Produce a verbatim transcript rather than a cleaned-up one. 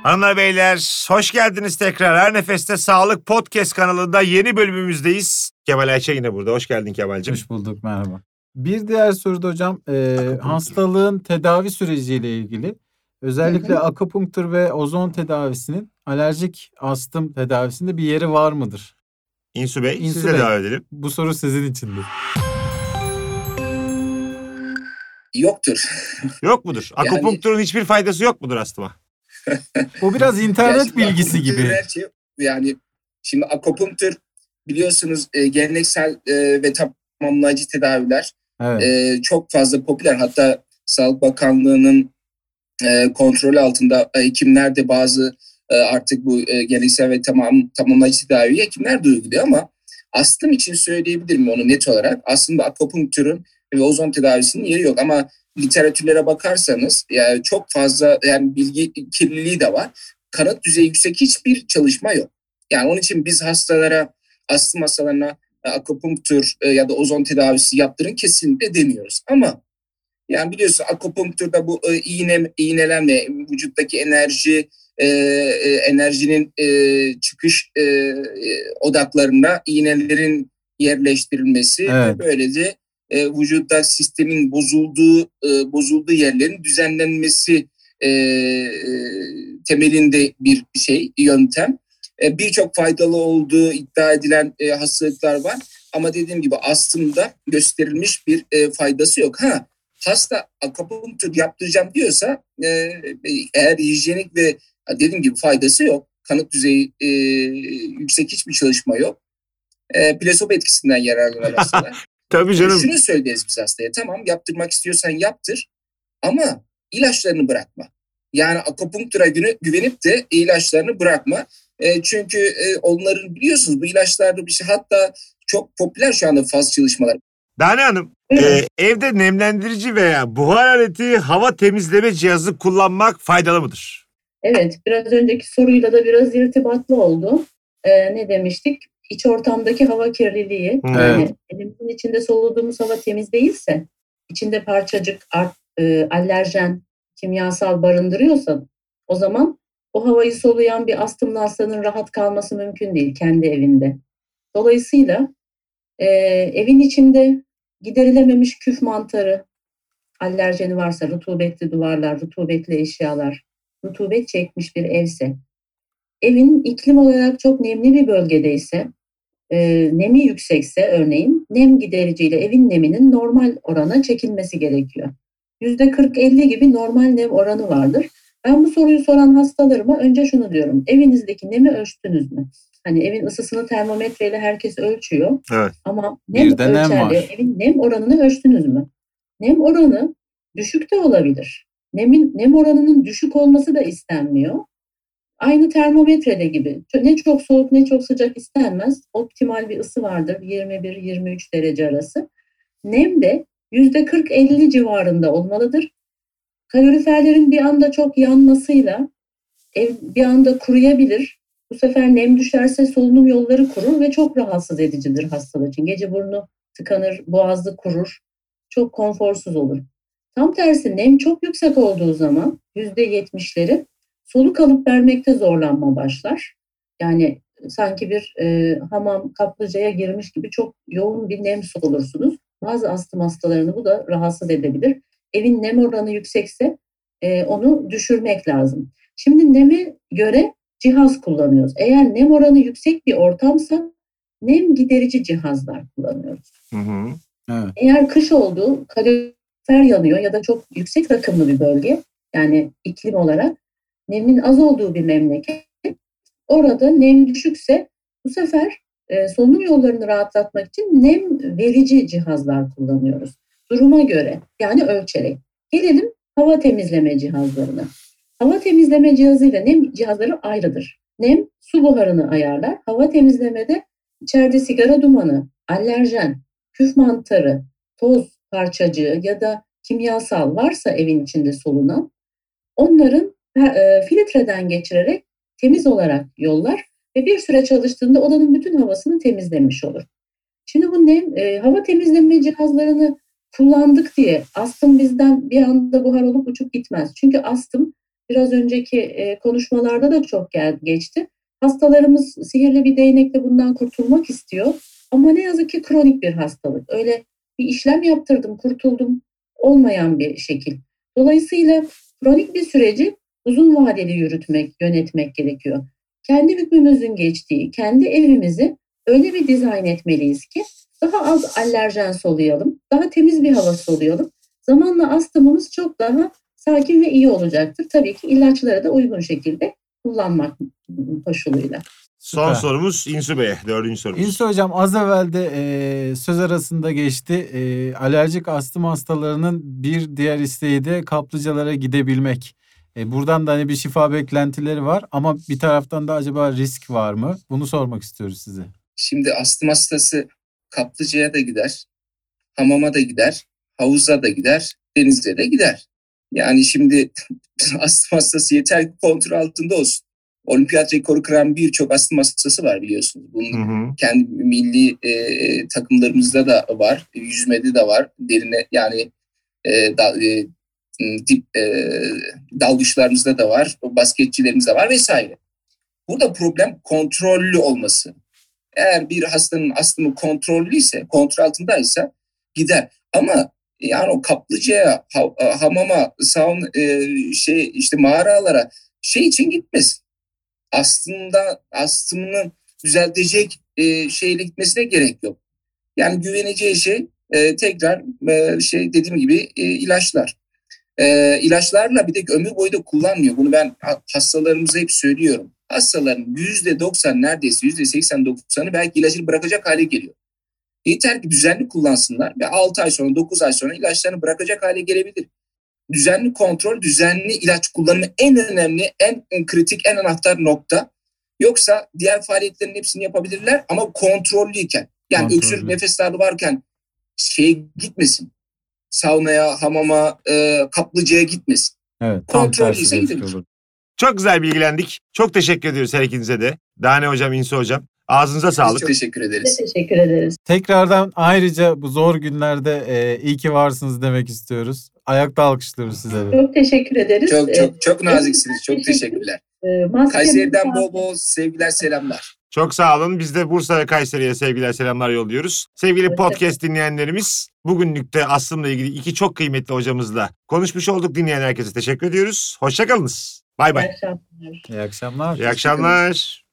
Hanımlar beyler, hoş geldiniz tekrar. Her Nefeste Sağlık Podcast kanalında yeni bölümümüzdeyiz. Kemal Ayça yine burada. Hoş geldin Kemal'cim. Hoş bulduk, merhaba. Bir diğer soruda hocam e, hastalığın tedavi süreciyle ilgili. Özellikle hı hı. akupunktur ve ozon tedavisinin alerjik astım tedavisinde bir yeri var mıdır? İnsu Bey, İnsu size Bey, devam edelim. Bu soru sizin içindir. Yoktur. Yok mudur? Akupunkturun yani... hiçbir faydası yok mudur astıma? O biraz internet bilgisi gibi. Şey, yani şimdi akupunktur biliyorsunuz e, geleneksel e, ve tamamlayıcı tedaviler. Evet. E, çok fazla popüler. Hatta Sağlık Bakanlığı'nın e, kontrolü altında e, hekimler de bazı e, artık bu e, geleneksel ve tamam tamamlayıcı tedaviyi hekimler de uyguluyor ama astım için söyleyebilirim onu net olarak. Aslında akupunkturun ve ozon tedavisinin yeri yok ama literatürlere bakarsanız yani çok fazla yani bilgi kirliliği de var. Kanıt düzeyi yüksek hiçbir çalışma yok. Yani onun için biz hastalara, astım hastalarına akupunktur ya da ozon tedavisi yaptırın kesinlikle demiyoruz. Ama yani biliyorsun akupunkturda bu iğne, iğnelenme, vücuttaki enerji, e, enerjinin e, çıkış e, odaklarına iğnelerin yerleştirilmesi evet. ve böylece e, vücutta sistemin bozulduğu e, bozulduğu yerlerin düzenlenmesi e, e, temelinde bir şey, yöntem. E, birçok faydalı olduğu iddia edilen e, hastalıklar var. Ama dediğim gibi aslında gösterilmiş bir e, faydası yok. Ha, hasta akupunktur yaptıracağım diyorsa e, eğer hijyenik ve dediğim gibi faydası yok. Kanıt düzeyi e, yüksek hiçbir çalışma yok. E, plasebo etkisinden yararlanan hastalar. Tabii canım. Şunu söyleriz biz hastaya. Tamam yaptırmak istiyorsan yaptır ama ilaçlarını bırakma. Yani akupunktura güvenip de ilaçlarını bırakma. E, çünkü e, onların biliyorsunuz bu ilaçlarda bir şey hatta çok popüler şu anda faz çalışmalar. Dane Hanım evet. e, evde nemlendirici veya buhar aleti hava temizleme cihazı kullanmak faydalı mıdır? Evet biraz önceki soruyla da biraz irtibatlı oldu. E, ne demiştik? İç ortamdaki hava kirliliği, evet. yani elimizin içinde soluduğumuz hava temiz değilse, içinde parçacık, art, e, alerjen, kimyasal barındırıyorsa o zaman o havayı soluyan bir astımlı hastanın rahat kalması mümkün değil kendi evinde. Dolayısıyla e, evin içinde giderilememiş küf mantarı, alerjeni varsa, rutubetli duvarlar, rutubetli eşyalar, rutubet çekmiş bir evse, evin iklim olarak çok nemli bir bölgedeyse, e, nemi yüksekse örneğin nem gidericiyle evin neminin normal orana çekilmesi gerekiyor. yüzde kırk elli gibi normal nem oranı vardır. Ben bu soruyu soran hastalarıma önce şunu diyorum. Evinizdeki nemi ölçtünüz mü? Hani evin ısısını termometreyle herkes ölçüyor. Evet. Ama nem ölçerli evin nem oranını ölçtünüz mü? Nem oranı düşük de olabilir. Nemin, nem oranının düşük olması da istenmiyor. Aynı termometrede gibi. Ne çok soğuk ne çok sıcak istenmez. Optimal bir ısı vardır. yirmi bir yirmi üç derece arası. Nem de yüzde kırk elli civarında olmalıdır. Kaloriferlerin bir anda çok yanmasıyla ev bir anda kuruyabilir. Bu sefer nem düşerse solunum yolları kurur ve çok rahatsız edicidir hastalar için. Gece burnu tıkanır, boğazı kurur. Çok konforsuz olur. Tam tersi nem çok yüksek olduğu zaman yüzde yetmişleri soluk alıp vermekte zorlanma başlar. Yani sanki bir e, hamam kaplıcaya girmiş gibi çok yoğun bir nem solursunuz. Bazı astım hastalarını bu da rahatsız edebilir. Evin nem oranı yüksekse e, onu düşürmek lazım. Şimdi neme göre cihaz kullanıyoruz. Eğer nem oranı yüksek bir ortamsa nem giderici cihazlar kullanıyoruz. Hı hı. Evet. Eğer kış oldu, kalorifer yanıyor ya da çok yüksek rakımlı bir bölge, yani iklim olarak nemin az olduğu bir memleket, orada nem düşükse bu sefer e, solunum yollarını rahatlatmak için nem verici cihazlar kullanıyoruz. Duruma göre, yani ölçerek. Gelelim hava temizleme cihazlarına. Hava temizleme cihazıyla nem cihazları ayrıdır. Nem su buharını ayarlar. Hava temizlemede içeride sigara dumanı, alerjen, küf mantarı, toz parçacığı ya da kimyasal varsa evin içinde solunan, onların e, filtreden geçirerek temiz olarak yollar ve bir süre çalıştığında odanın bütün havasını temizlemiş olur. Şimdi bu nem, e, hava temizleme cihazlarını kullandık diye astım bizden bir anda buhar olup uçup gitmez. Çünkü astım biraz önceki e, konuşmalarda da çok gel, geçti. Hastalarımız sihirli bir değnekle bundan kurtulmak istiyor. Ama ne yazık ki kronik bir hastalık. Öyle bir işlem yaptırdım, kurtuldum olmayan bir şekil. Dolayısıyla kronik bir süreci uzun vadeli yürütmek, yönetmek gerekiyor. Kendi hükmümüzün geçtiği, kendi evimizi öyle bir dizayn etmeliyiz ki daha az alerjen soluyalım, daha temiz bir hava soluyalım. Zamanla astımımız çok daha sakin ve iyi olacaktır. Tabii ki ilaçları da uygun şekilde kullanmak koşuluyla. Son Süper. sorumuz İnsu Bey'e. Dördüncü sorumuz. İnsu hocam az evvel de e, söz arasında geçti. E, alerjik astım hastalarının bir diğer isteği de kaplıcalara gidebilmek. E, buradan da hani bir şifa beklentileri var ama bir taraftan da acaba risk var mı? Bunu sormak istiyoruz size. Şimdi astım hastası kaplıcaya da gider, hamama da gider, havuza da gider, denize de gider. Yani şimdi astım hastası yeter ki kontrol altında olsun. Olimpiyat rekoru kıran birçok astım hastası var biliyorsunuz. Bunun hı hı. kendi milli e, takımlarımızda da var, yüzmede de var. Derine yani e, da, e, dip e, dalgıçlarımızda da var, basketçilerimizde var vesaire. Burada problem kontrollü olması. Eğer bir hastanın astımı kontrollüyse, kontrol altındaysa gider. Ama yani o kaplıcaya, ha, hamama, sauna, e, şey işte mağaralara şey için gitmesin. Aslında astımını düzeltecek e, şeyle gitmesine gerek yok. Yani güveneceği şey e, tekrar e, şey dediğim gibi e, ilaçlar. E, ilaçlarla bir de ömür boyu da kullanmıyor. Bunu ben hastalarımıza hep söylüyorum. Hastaların yüzde doksan neredeyse yüzde seksen doksanı belki ilacını bırakacak hale geliyor. Yeter ki düzenli kullansınlar ve altı ay sonra dokuz ay sonra ilaçlarını bırakacak hale gelebilir. Düzenli kontrol, düzenli ilaç kullanımı en önemli, en kritik, en anahtar nokta. Yoksa diğer faaliyetlerin hepsini yapabilirler ama kontrollüyken. Yani kontrollü. Öksürük, nefes darlığı varken şeye gitmesin. Saunaya, hamama, e, kaplıcaya gitmesin. Evet, kontrollüyse gidilir. Çok güzel bilgilendik. Çok teşekkür ediyoruz her ikinize de. Dane hocam, İnsu hocam. Ağzınıza sağlık. Biz çok teşekkür ederiz. Biz teşekkür ederiz. Tekrardan ayrıca bu zor günlerde e, iyi ki varsınız demek istiyoruz. Ayakta alkışlıyoruz size de. Çok teşekkür ederiz. Çok çok çok naziksiniz. Çok teşekkürler. Kayseri'den bol bol sevgiler, selamlar. Çok sağ olun. Biz de Bursa ve Kayseri'ye sevgiler, selamlar yolluyoruz. Sevgili podcast dinleyenlerimiz, bugünlük de astımla ilgili iki çok kıymetli hocamızla konuşmuş olduk. Dinleyen herkese teşekkür ediyoruz. Hoşça kalınız. Bay bay. İyi akşamlar. İyi akşamlar. İyi akşamlar.